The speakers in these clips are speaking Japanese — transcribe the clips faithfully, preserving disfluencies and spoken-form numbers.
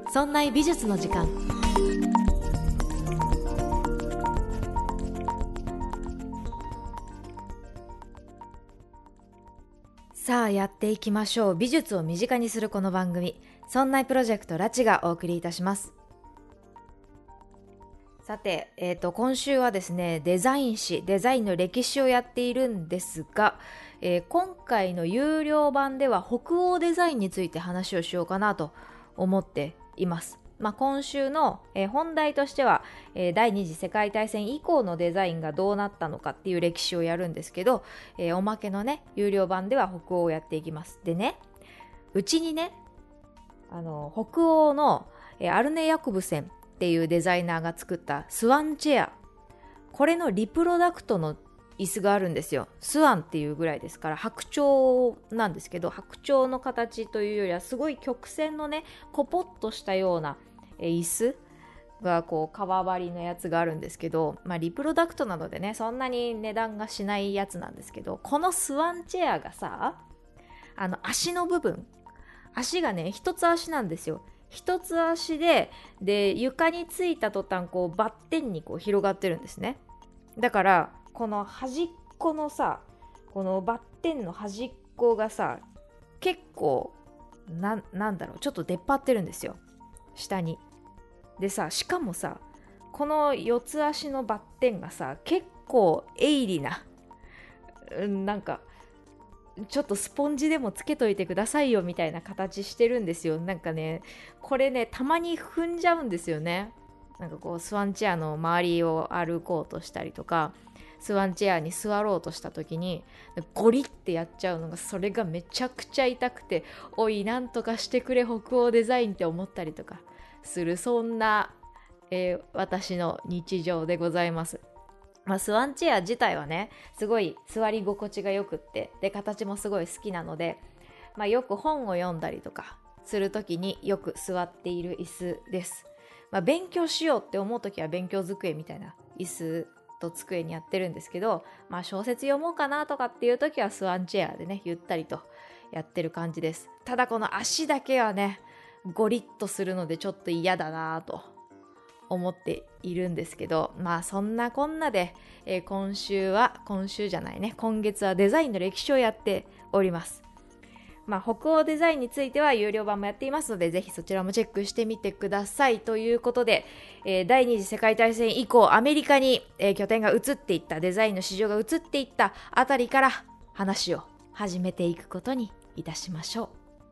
そんな美術の時間。さあやっていきましょう。美術を身近にするこの番組、そんなプロジェクトラチがお送りいたします。さて、えーと、今週はですね、デザイン誌、デザインの歴史をやっているんですが、えー、今回の有料版では北欧デザインについて話をしようかなと思っています。まあ、今週の、えー、本題としては、えー、第二次世界大戦以降のデザインがどうなったのかっていう歴史をやるんですけど、えー、おまけのね、有料版では北欧をやっていきます。でね、うちにね、あの北欧の、えー、アルネ・ヤコブセンっていうデザイナーが作ったスワンチェア、これのリプロダクトの椅子があるんですよ。スワンっていうぐらいですから白鳥なんですけど、白鳥の形というよりはすごい曲線のね、コポッとしたような椅子がこう革張りのやつがあるんですけど、まあ、リプロダクトなのでね、そんなに値段がしないやつなんですけど、このスワンチェアがさ、あの足の部分、足がね一つ足なんですよ。一つ足で、で床についた途端こうバッテンにこう広がってるんですね。だからこの端っこのさ、このバッテンの端っこがさ、結構な、なんだろう、ちょっと出っ張ってるんですよ、下に。でさ、しかもさ、この四つ足のバッテンがさ、結構鋭利な、なんかちょっとスポンジでもつけといてくださいよみたいな形してるんですよ。なんかね、これね、たまに踏んじゃうんですよね。なんかこうスワンチェアの周りを歩こうとしたりとか、スワンチェアに座ろうとした時にゴリってやっちゃうのが、それがめちゃくちゃ痛くて、おいなんとかしてくれ北欧デザインって思ったりとかする、そんな、えー、私の日常でございます。まあ、スワンチェア自体はね、すごい座り心地がよくって、で形もすごい好きなので、まあ、よく本を読んだりとかするときによく座っている椅子です。まあ、勉強しようって思うときは勉強机みたいな椅子と机にやってるんですけど、まあ、小説読もうかなとかっていうときはスワンチェアでね、ゆったりとやってる感じです。ただこの足だけはね、ゴリッとするのでちょっと嫌だなと思っているんですけど、まあそんなこんなで、えー、今週は今週じゃないね今月はデザインの歴史をやっております。まあ、北欧デザインについては有料版もやっていますので、ぜひそちらもチェックしてみてください。ということで、えー、第二次世界大戦以降アメリカに、えー、拠点が移っていった、デザインの市場が移っていったあたりから話を始めていくことにいたしましょう。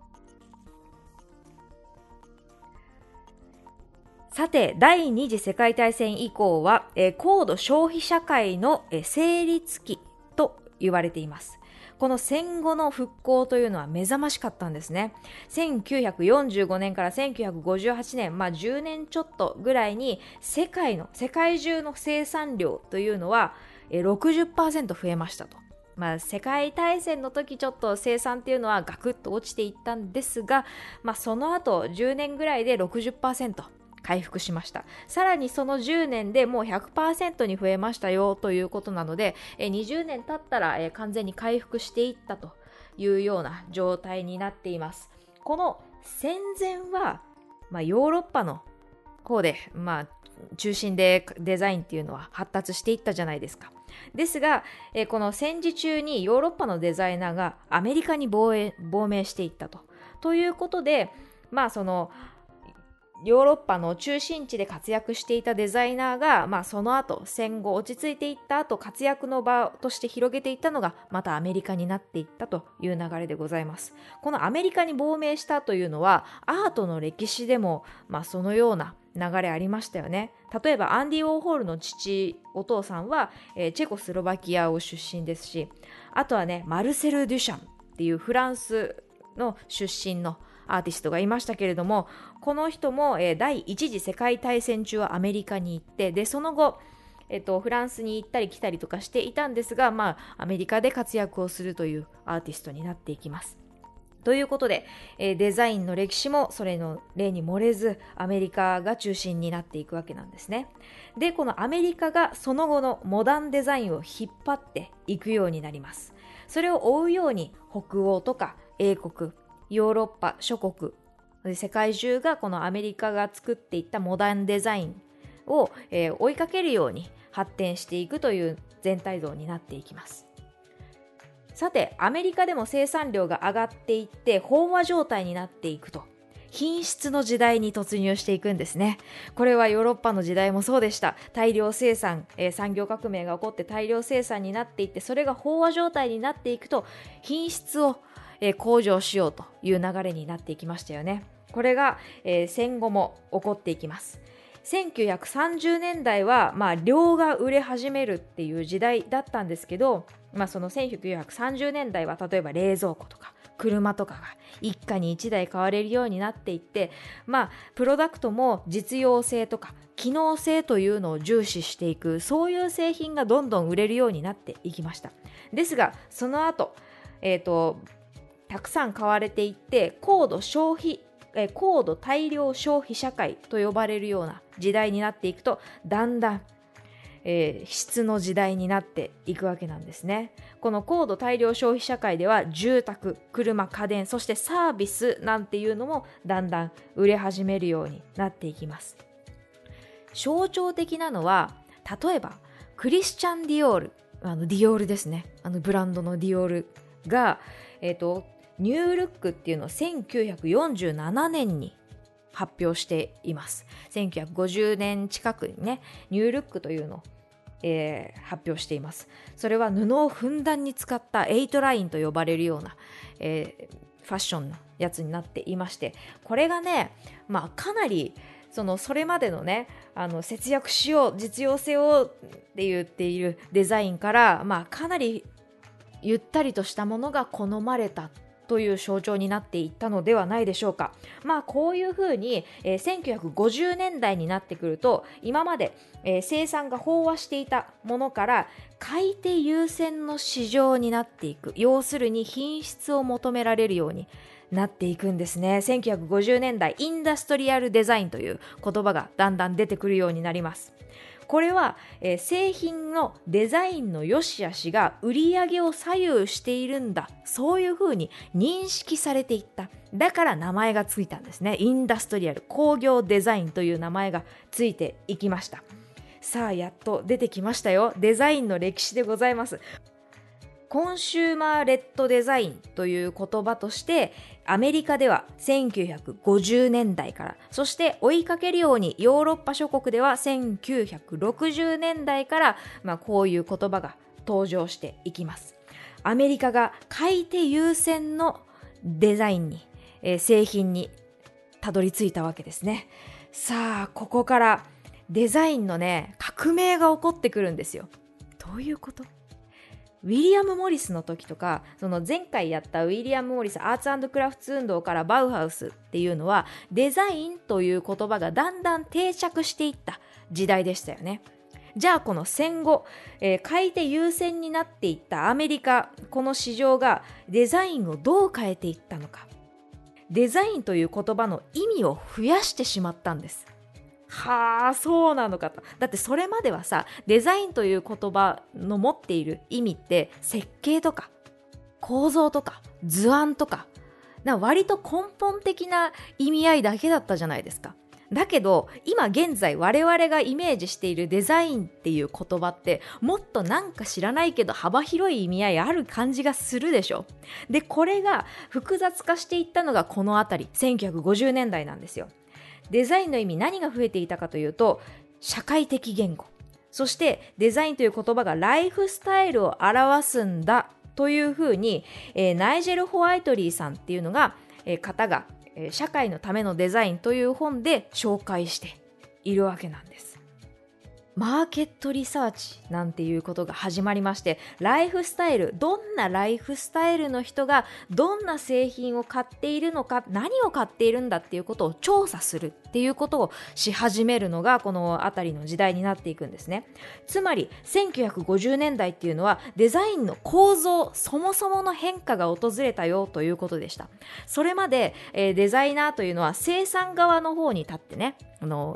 さて、第二次世界大戦以降は、えー、高度消費社会の、えー、成立期と言われています。この戦後の復興というのは目覚ましかったんですね。せんきゅうひゃくよんじゅうごねんからせんきゅうひゃくごじゅうはちねん、まあじゅうねんちょっとぐらいに世界の、世界中の生産量というのは ろくじゅっパーセント 増えましたと。まあ、世界大戦の時ちょっと生産っていうのはガクッと落ちていったんですが、まあ、その後じゅうねんぐらいで ろくじゅっパーセント回復しました。さらにそのじゅうねんでもう ひゃくパーセント に増えましたよということなので、にじゅうねん経ったら完全に回復していったというような状態になっています。この戦前は、まあ、ヨーロッパの方で、まあ、中心でデザインっていうのは発達していったじゃないですか。ですが、この戦時中にヨーロッパのデザイナーがアメリカに亡命、亡命していったと。ということで、まあそのヨーロッパの中心地で活躍していたデザイナーが、まあ、その後戦後落ち着いていった後活躍の場として広げていったのがまたアメリカになっていったという流れでございます。このアメリカに亡命したというのはアートの歴史でも、まあ、そのような流れありましたよね。例えばアンディ・ウォーホールの父、お父さんは、えー、チェコスロバキアを出身ですし、あとはねマルセル・デュシャンっていうフランスの出身のアーティストがいましたけれども、この人も、えー、第一次世界大戦中はアメリカに行って、でその後、えっと、フランスに行ったり来たりとかしていたんですが、まあ、アメリカで活躍をするというアーティストになっていきます。ということで、えー、デザインの歴史もそれの例に漏れずアメリカが中心になっていくわけなんですね。で、このアメリカがその後のモダンデザインを引っ張っていくようになります。それを追うように北欧とか英国、ヨーロッパ諸国で世界中がこのアメリカが作っていったモダンデザインを、えー、追いかけるように発展していくという全体像になっていきます。さて、アメリカでも生産量が上がっていって飽和状態になっていくと、品質の時代に突入していくんですね。これはヨーロッパの時代もそうでした。大量生産、えー、産業革命が起こって大量生産になっていって、それが飽和状態になっていくと品質を、えー、向上しようという流れになっていきましたよね。これが、えー、戦後も起こっていきます。せんきゅうひゃくさんじゅうねんだいは、まあ、量が売れ始めるっていう時代だったんですけど、まあ、そのせんきゅうひゃくさんじゅうねんだいは例えば冷蔵庫とか車とかが一家に一台買われるようになっていって、まあ、プロダクトも実用性とか機能性というのを重視していく、そういう製品がどんどん売れるようになっていきました。ですがその後、えーと、たくさん買われていって高度消費え高度大量消費社会と呼ばれるような時代になっていくと、だんだん、えー、質の時代になっていくわけなんですね。この高度大量消費社会では住宅、車、家電、そしてサービスなんていうのもだんだん売れ始めるようになっていきます。象徴的なのは例えばクリスチャン・ディオール、あのディオールですね、あのブランドのディオールが、えーとニュールックっていうのをせんきゅうひゃくよんじゅうななねんに発表しています。せんきゅうひゃくごじゅうねん近くにね、ニュールックというのを、えー、発表しています。それは布をふんだんに使ったエイトラインと呼ばれるような、えー、ファッションのやつになっていまして、これがね、まあ、かなりそのそれまでのね、あの節約しよう、実用性をって言っているデザインから、まあ、かなりゆったりとしたものが好まれたという象徴になっていったのではないでしょうか。まあこういうふうに、えー、せんきゅうひゃくごじゅうねんだいになってくると、今まで、えー、生産が飽和していたものから買い手優先の市場になっていく、要するに品質を求められるようになっていくんですね。せんきゅうひゃくごじゅうねんだい、インダストリアルデザインという言葉がだんだん出てくるようになります。これは、えー、製品のデザインの良し悪しが売り上げを左右しているんだ、そういうふうに認識されていった。だから名前がついたんですね。インダストリアル、工業デザインという名前がついていきました。さあやっと出てきましたよ。デザインの歴史でございます。コンシューマーレッドデザインという言葉としてアメリカではせんきゅうひゃくごじゅうねんだいから、そして追いかけるようにヨーロッパ諸国ではせんきゅうひゃくろくじゅうねんだいから、まあ、こういう言葉が登場していきます。アメリカが買い手優先のデザインに、えー、製品にたどり着いたわけですね。さあここからデザインのね革命が起こってくるんですよ。どういうこと？ウィリアム・モリスの時とか、その前回やったウィリアム・モリスアーツ&クラフト運動からバウハウスっていうのはデザインという言葉がだんだん定着していった時代でしたよね。じゃあこの戦後、えー、買い手優先になっていったアメリカ、この市場がデザインをどう変えていったのか。デザインという言葉の意味を増やしてしまったんです。はあ、そうなのかと。だってそれまではさ、デザインという言葉の持っている意味って設計とか構造とか図案とか、な割と根本的な意味合いだけだったじゃないですか。だけど今現在我々がイメージしているデザインっていう言葉ってもっとなんか知らないけど幅広い意味合いある感じがするでしょ。でこれが複雑化していったのがこのあたりせんきゅうひゃくごじゅうねんだいなんですよ。デザインの意味、何が増えていたかというと、社会的言語、そしてデザインという言葉がライフスタイルを表すんだというふうに、えー、ナイジェル・ホワイトリーさんっていうのが、えー、方が、えー、社会のためのデザインという本で紹介しているわけなんです。マーケットリサーチなんていうことが始まりまして、ライフスタイル、どんなライフスタイルの人がどんな製品を買っているのか、何を買っているんだっていうことを調査するっていうことをし始めるのがこのあたりの時代になっていくんですね。つまりせんきゅうひゃくごじゅうねんだいっていうのはデザインの構造そもそもの変化が訪れたよということでした。それまで、えー、デザイナーというのは生産側の方に立ってね、あの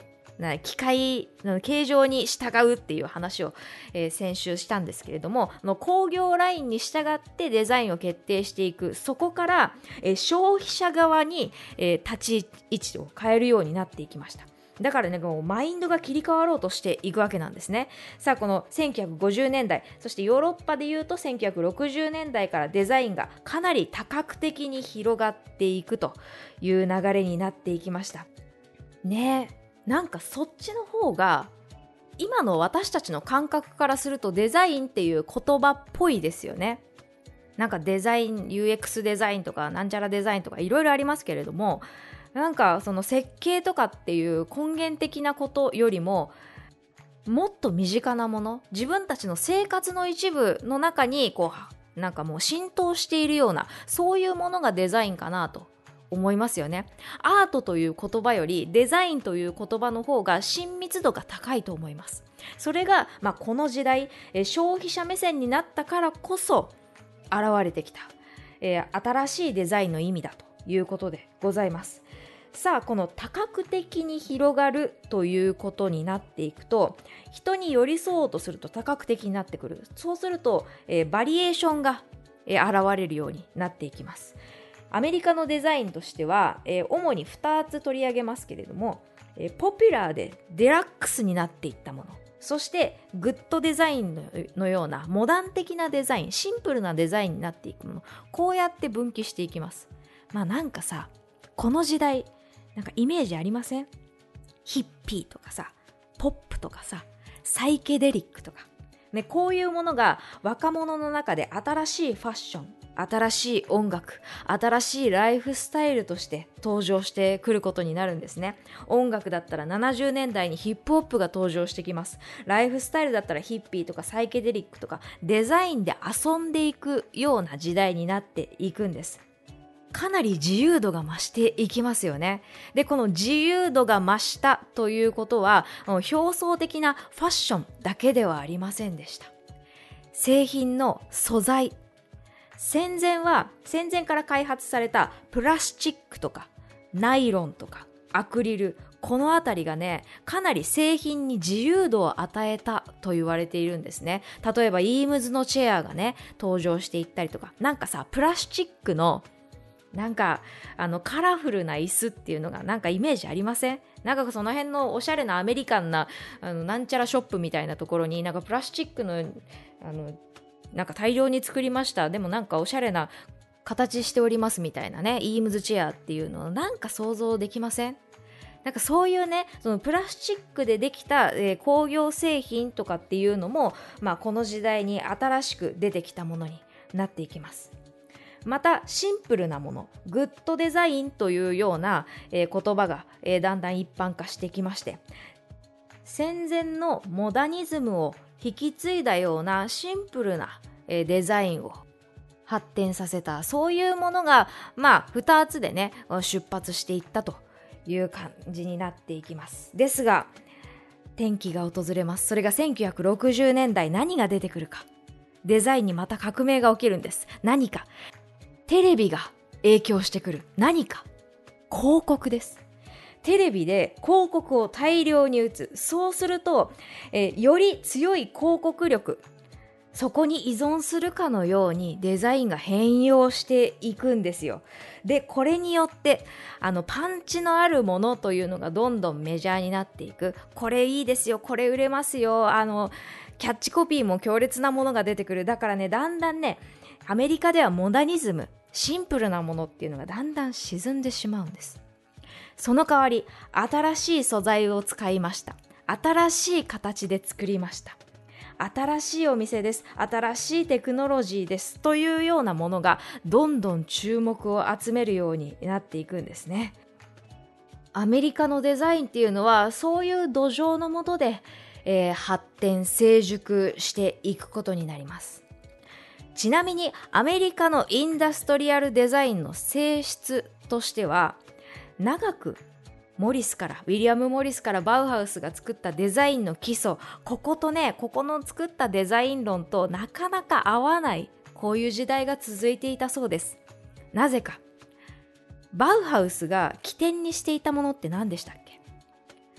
な機械の形状に従うっていう話を、えー、先週したんですけれども、の工業ラインに従ってデザインを決定していく、そこから、えー、消費者側に、えー、立ち位置を変えるようになっていきました。だからね、もうマインドが切り替わろうとしていくわけなんですね。さあ、このせんきゅうひゃくごじゅうねんだい、そしてヨーロッパでいうとせんきゅうひゃくろくじゅうねんだいからデザインがかなり多角的に広がっていくという流れになっていきましたね。えなんかそっちの方が今の私たちの感覚からするとデザインっていう言葉っぽいですよね。なんかデザイン ユーエックス デザインとかなんちゃらデザインとかいろいろありますけれども、なんかその設計とかっていう根源的なことよりももっと身近なもの、自分たちの生活の一部の中にこうなんかもう浸透しているような、そういうものがデザインかなと思いますよね。アートという言葉よりデザインという言葉の方が親密度が高いと思います。それが、まあ、この時代消費者目線になったからこそ現れてきた、えー、新しいデザインの意味だということでございます。さあ、この多角的に広がるということになっていくと、人に寄り添おうとすると多角的になってくる。そうすると、えー、バリエーションが、えー、現れるようになっていきます。アメリカのデザインとしては、えー、主にふたつ取り上げますけれども、えー、ポピュラーでデラックスになっていったもの、そしてグッドデザイン の, のようなモダン的なデザイン、シンプルなデザインになっていくもの、こうやって分岐していきます。まあなんかさ、この時代なんかイメージありません？ヒッピーとかさ、ポップとかさ、サイケデリックとか、ね、こういうものが若者の中で新しいファッション、新しい音楽、新しいライフスタイルとして登場してくることになるんですね。音楽だったらななじゅうねんだいにヒップホップが登場してきます。ライフスタイルだったらヒッピーとかサイケデリックとか、デザインで遊んでいくような時代になっていくんです。かなり自由度が増していきますよね。で、この自由度が増したということは、表層的なファッションだけではありませんでした。製品の素材、戦前は戦前から開発されたプラスチックとかナイロンとかアクリル、このあたりがね、かなり製品に自由度を与えたと言われているんですね。例えばイームズのチェアがね登場していったりとか、なんかさ、プラスチックのなんかあのカラフルな椅子っていうのがなんかイメージありません？なんかその辺のおしゃれなアメリカンなあのなんちゃらショップみたいなところになんかプラスチックのあのなんか大量に作りました、でもなんかおしゃれな形しておりますみたいなね、イームズチェアっていうのをなんか想像できません？なんかそういうね、そのプラスチックでできた、えー、工業製品とかっていうのも、まあ、この時代に新しく出てきたものになっていきます。またシンプルなもの、グッドデザインというような、えー、言葉が、えー、だんだん一般化してきまして、戦前のモダニズムを引き継いだようなシンプルな、えー、デザインを発展させた、そういうものがまあふたつでね出発していったという感じになっていきます。ですが転機が訪れます。それがせんきゅうひゃくろくじゅうねんだい、何が出てくるか。デザインにまた革命が起きるんです。何か。テレビが影響してくる。何か。広告です。テレビで広告を大量に打つ。そうすると、えー、より強い広告力、そこに依存するかのようにデザインが変容していくんですよ。で、これによってあのパンチのあるものというのがどんどんメジャーになっていく。これいいですよ、これ売れますよ、あのキャッチコピーも強烈なものが出てくる。だからね、だんだんね、アメリカではモダニズム、シンプルなものっていうのがだんだん沈んでしまうんです。その代わり新しい素材を使いました。新しい形で作りました。新しいお店です、新しいテクノロジーですというようなものがどんどん注目を集めるようになっていくんですね。アメリカのデザインっていうのはそういう土壌の下で、えー、発展成熟していくことになります。ちなみにアメリカのインダストリアルデザインの性質としては、長くモリスからウィリアム・モリスからバウハウスが作ったデザインの基礎、こことね、ここの作ったデザイン論となかなか合わない、こういう時代が続いていたそうです。なぜか。バウハウスが起点にしていたものって何でしたっけ？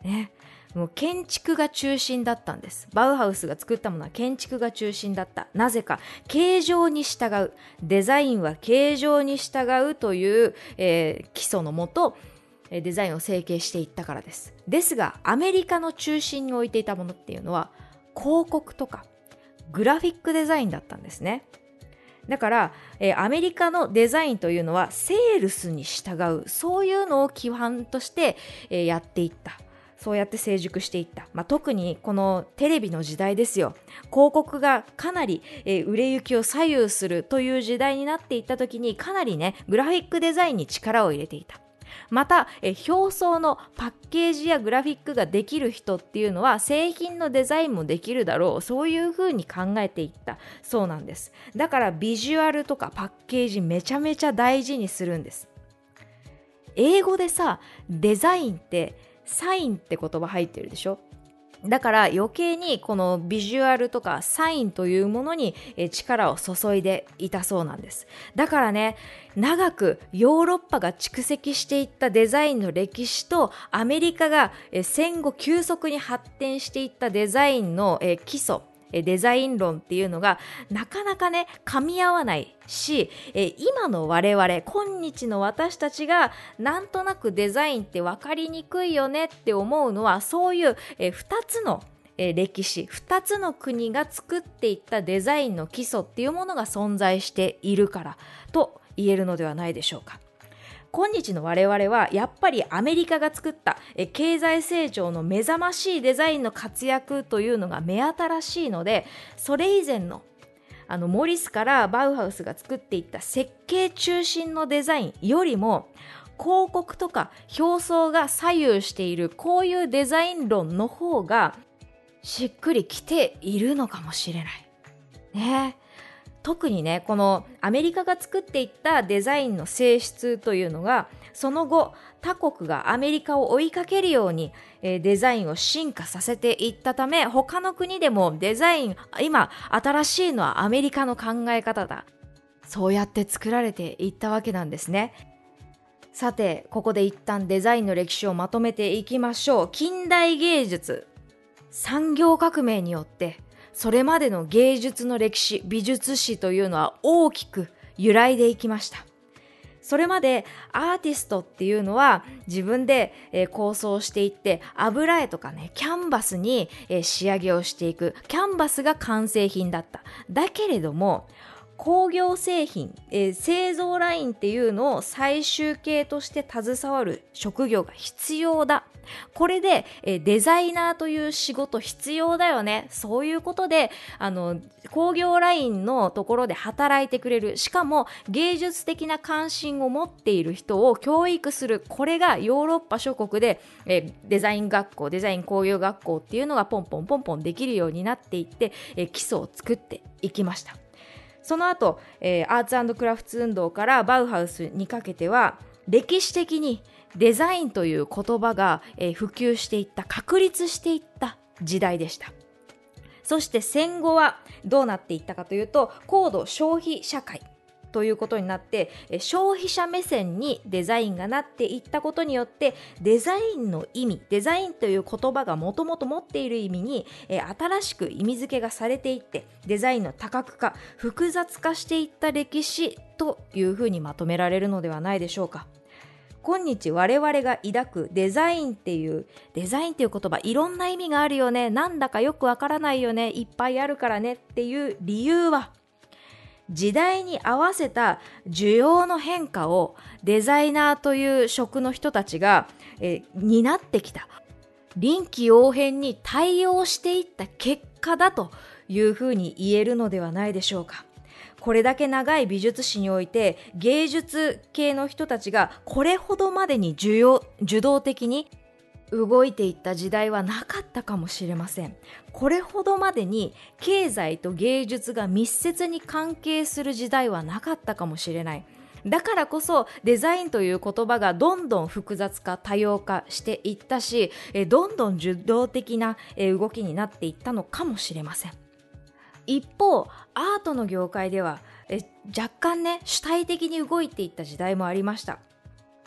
ね。もう建築が中心だったんです。バウハウスが作ったものは建築が中心だった。なぜか形状に従う、デザインは形状に従うという、えー、基礎のもとデザインを成形していったからです。ですがアメリカの中心に置いていたものっていうのは広告とかグラフィックデザインだったんですね。だから、えー、アメリカのデザインというのはセールスに従う、そういうのを基本として、えー、やっていった。そうやって成熟していった。まあ、特にこのテレビの時代ですよ。広告がかなり、えー、売れ行きを左右するという時代になっていった時に、かなりねグラフィックデザインに力を入れていた。また、え表層のパッケージやグラフィックができる人っていうのは製品のデザインもできるだろう、そういうふうに考えていったそうなんです。だからビジュアルとかパッケージめちゃめちゃ大事にするんです。英語でさ、デザインってサインって言葉入ってるでしょ。だから余計にこのビジュアルとかサインというものに力を注いでいたそうなんです。だからね、長くヨーロッパが蓄積していったデザインの歴史とアメリカが戦後急速に発展していったデザインの基礎、デザイン論っていうのがなかなかね噛み合わないし、今の我々、今日の私たちがなんとなくデザインって分かりにくいよねって思うのは、そういうふたつの歴史、ふたつの国が作っていったデザインの基礎っていうものが存在しているからと言えるのではないでしょうか。今日の我々はやっぱりアメリカが作った経済成長の目覚ましいデザインの活躍というのが目新しいので、それ以前のあのモリスからバウハウスが作っていった設計中心のデザインよりも、広告とか表層が左右しているこういうデザイン論の方がしっくりきているのかもしれないね。特にね、このアメリカが作っていったデザインの性質というのが、その後他国がアメリカを追いかけるように、えー、デザインを進化させていったため、他の国でもデザイン、今新しいのはアメリカの考え方だ、そうやって作られていったわけなんですね。さて、ここで一旦デザインの歴史をまとめていきましょう。近代芸術、産業革命によってそれまでの芸術の歴史、美術史というのは大きく揺らいでいきました。それまでアーティストっていうのは自分で、えー、構想していって、油絵とかね、キャンバスに、えー、仕上げをしていく。キャンバスが完成品だった。だけれども、工業製品、えー、製造ラインっていうのを最終形として携わる職業が必要だ。これで、えー、デザイナーという仕事必要だよね。そういうことで、あの、工業ラインのところで働いてくれる。しかも芸術的な関心を持っている人を教育する。これがヨーロッパ諸国で、えー、デザイン学校、デザイン工業学校っていうのがポンポンポンポンできるようになっていって、えー、基礎を作っていきました。その後、えー、アーツ&クラフト運動からバウハウスにかけては、歴史的にデザインという言葉が、えー、普及していった、確立していった時代でした。そして戦後はどうなっていったかというと、高度消費社会ということになって、消費者目線にデザインがなっていったことによって、デザインの意味、デザインという言葉がもともと持っている意味に新しく意味付けがされていって、デザインの多角化、複雑化していった歴史というふうにまとめられるのではないでしょうか。今日我々が抱くデザインっていうデザインっていう言葉、いろんな意味があるよね、なんだかよくわからないよね、いっぱいあるからねっていう理由は、時代に合わせた需要の変化をデザイナーという職の人たちが、えー、担ってきた、臨機応変に対応していった結果だというふうに言えるのではないでしょうか。これだけ長い美術史において、芸術系の人たちがこれほどまでに需要、受動的に動いていった時代はなかったかもしれません。これほどまでに経済と芸術が密接に関係する時代はなかったかもしれない。だからこそデザインという言葉がどんどん複雑化、多様化していったし、どんどん受動的な動きになっていったのかもしれません。一方、アートの業界ではえ若干ね主体的に動いていった時代もありました。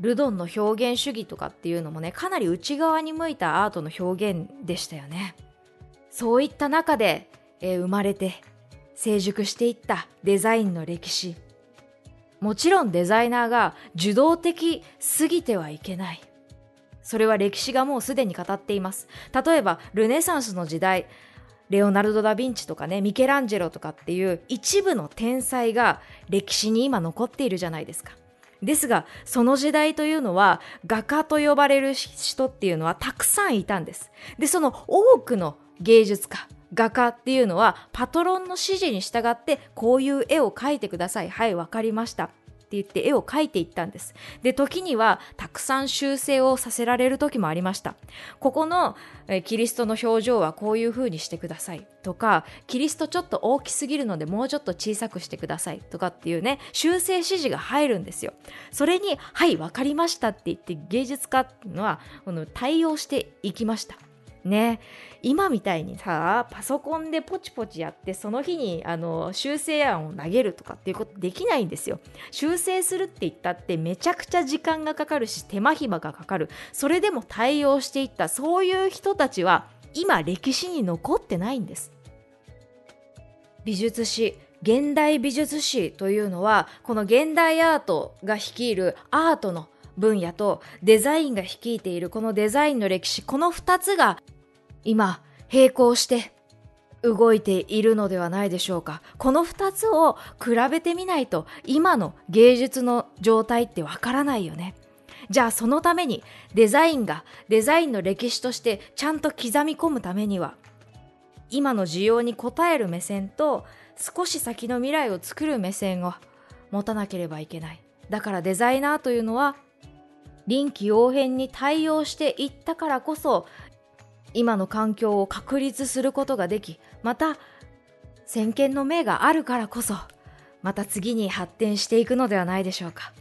ルドンの表現主義とかっていうのもね、かなり内側に向いたアートの表現でしたよね。そういった中で、えー、生まれて成熟していったデザインの歴史。もちろんデザイナーが受動的すぎてはいけない。それは歴史がもうすでに語っています。例えばルネサンスの時代、レオナルド・ダ・ヴィンチとかね、ミケランジェロとかっていう一部の天才が歴史に今残っているじゃないですか。ですがその時代というのは画家と呼ばれる人っていうのはたくさんいたんです。でその多くの芸術家、画家っていうのはパトロンの指示に従ってこういう絵を描いてください、はいわかりましたって言って絵を描いていったんです。で時にはたくさん修正をさせられる時もありました。ここのえキリストの表情はこういう風にしてくださいとか、キリストちょっと大きすぎるのでもうちょっと小さくしてくださいとかっていうね、修正指示が入るんですよ。それにはいわかりましたって言って芸術家っていうのはこの対応していきましたね。今みたいにさ、パソコンでポチポチやってその日にあの修正案を投げるとかっていうことできないんですよ。修正するって言ったってめちゃくちゃ時間がかかるし手間暇がかかる。それでも対応していった、そういう人たちは今歴史に残ってないんです。美術史、現代美術史というのはこの現代アートが率いるアートの分野とデザインが率いているこのデザインの歴史、このふたつが今並行して動いているのではないでしょうか。このふたつを比べてみないと今の芸術の状態ってわからないよね。じゃあそのためにデザインがデザインの歴史としてちゃんと刻み込むためには今の需要に応える目線と少し先の未来を作る目線を持たなければいけない。だからデザイナーというのは臨機応変に対応していったからこそ今の環境を確立することができ、また先見の明があるからこそまた次に発展していくのではないでしょうか。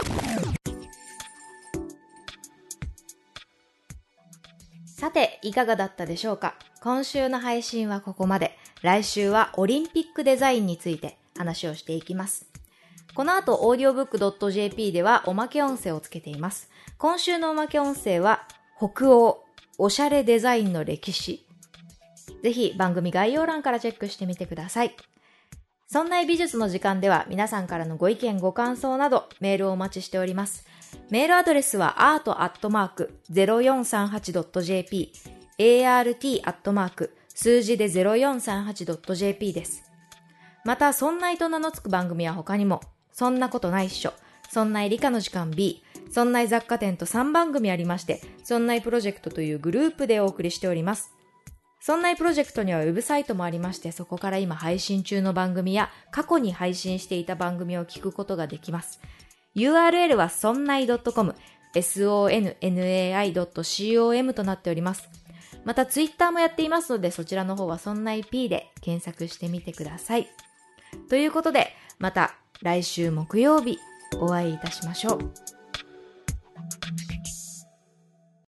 さていかがだったでしょうか。今週の配信はここまで。来週はオリンピックデザインについて話をしていきます。この後オーディオブックドットジェーピー ではおまけ音声をつけています。今週のおまけ音声は北欧おしゃれデザインの歴史。ぜひ番組概要欄からチェックしてみてください。そんな美術の時間では皆さんからのご意見ご感想などメールをお待ちしております。メールアドレスは アート アットマーク ゼロよんさんはち ドット ジェーピー アールティー アットマーク 数字で ゼロよんさんはち ドット ジェーピー です。またそんないと名の付く番組は他にもそんなことないっしょ、そんない理科の時間 B、そんない雑貨店とさんばん組ありまして、そんないプロジェクトというグループでお送りしております。そんないプロジェクトにはウェブサイトもありまして、そこから今配信中の番組や過去に配信していた番組を聞くことができます。ユーアールエル はそんない .com、ソンナイ ドット コム となっております。またツイッターもやっていますので、そちらの方はそんない P で検索してみてください。ということで、また来週木曜日お会いいたしましょう。